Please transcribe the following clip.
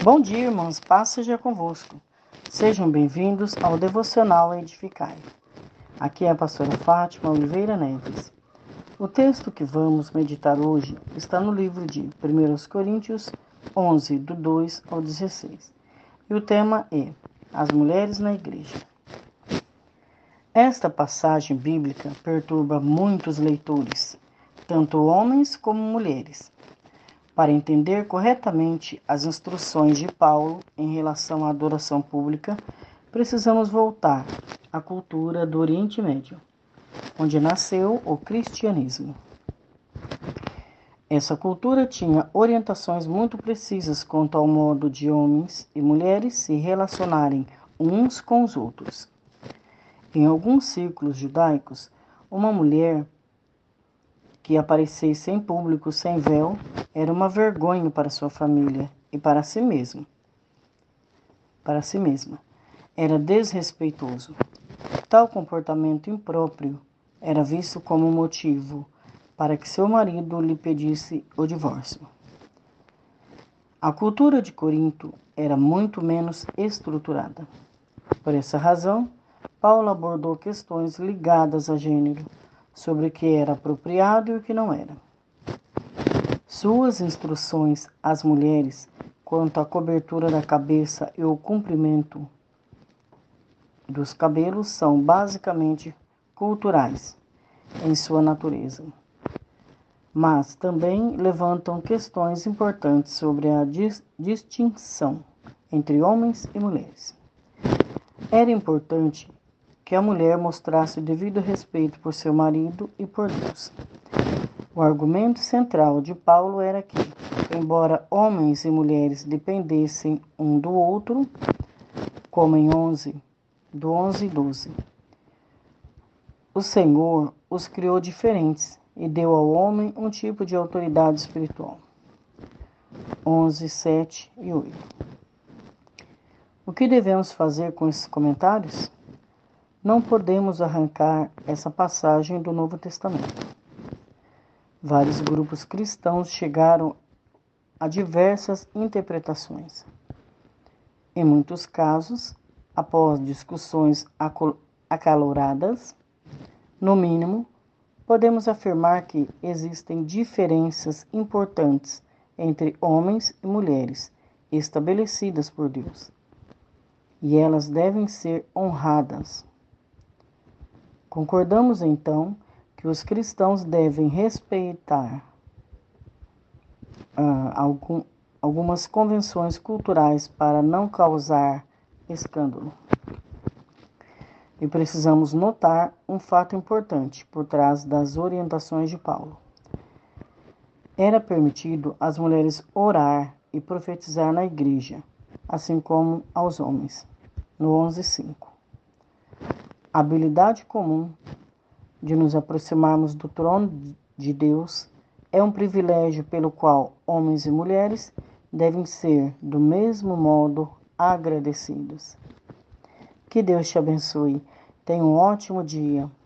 Bom dia, irmãos, paz seja convosco. Sejam bem-vindos ao Devocional Edificai. Aqui é a pastora Fátima Oliveira Neves. O texto que vamos meditar hoje está no livro de 1 Coríntios 11, do 2 ao 16. E o tema é As Mulheres na Igreja. Esta passagem bíblica perturba muitos leitores, tanto homens como mulheres. Para entender corretamente as instruções de Paulo em relação à adoração pública, precisamos voltar à cultura do Oriente Médio, onde nasceu o cristianismo. Essa cultura tinha orientações muito precisas quanto ao modo de homens e mulheres se relacionarem uns com os outros. Em alguns círculos judaicos, uma mulher que aparecesse em público sem véu era uma vergonha para sua família e para si mesma. Era desrespeitoso. Tal comportamento impróprio era visto como motivo para que seu marido lhe pedisse o divórcio. A cultura de Corinto era muito menos estruturada. Por essa razão, Paulo abordou questões ligadas a gênero, sobre o que era apropriado e o que não era. Suas instruções às mulheres quanto à cobertura da cabeça e o comprimento dos cabelos são basicamente culturais em sua natureza, mas também levantam questões importantes sobre a distinção entre homens e mulheres. Era importante que a mulher mostrasse o devido respeito por seu marido e por Deus. O argumento central de Paulo era que, embora homens e mulheres dependessem um do outro, como em 11 e 12, o Senhor os criou diferentes e deu ao homem um tipo de autoridade espiritual. 11, 7 e 8. O que devemos fazer com esses comentários? Não podemos arrancar essa passagem do Novo Testamento. Vários grupos cristãos chegaram a diversas interpretações. Em muitos casos, após discussões acaloradas, no mínimo, podemos afirmar que existem diferenças importantes entre homens e mulheres estabelecidas por Deus, e elas devem ser honradas. Concordamos, então, que os cristãos devem respeitar algumas convenções culturais para não causar escândalo. E precisamos notar um fato importante por trás das orientações de Paulo. Era permitido às mulheres orar e profetizar na igreja, assim como aos homens, no 11:5. A habilidade comum de nos aproximarmos do trono de Deus é um privilégio pelo qual homens e mulheres devem ser, do mesmo modo, agradecidos. Que Deus te abençoe. Tenha um ótimo dia.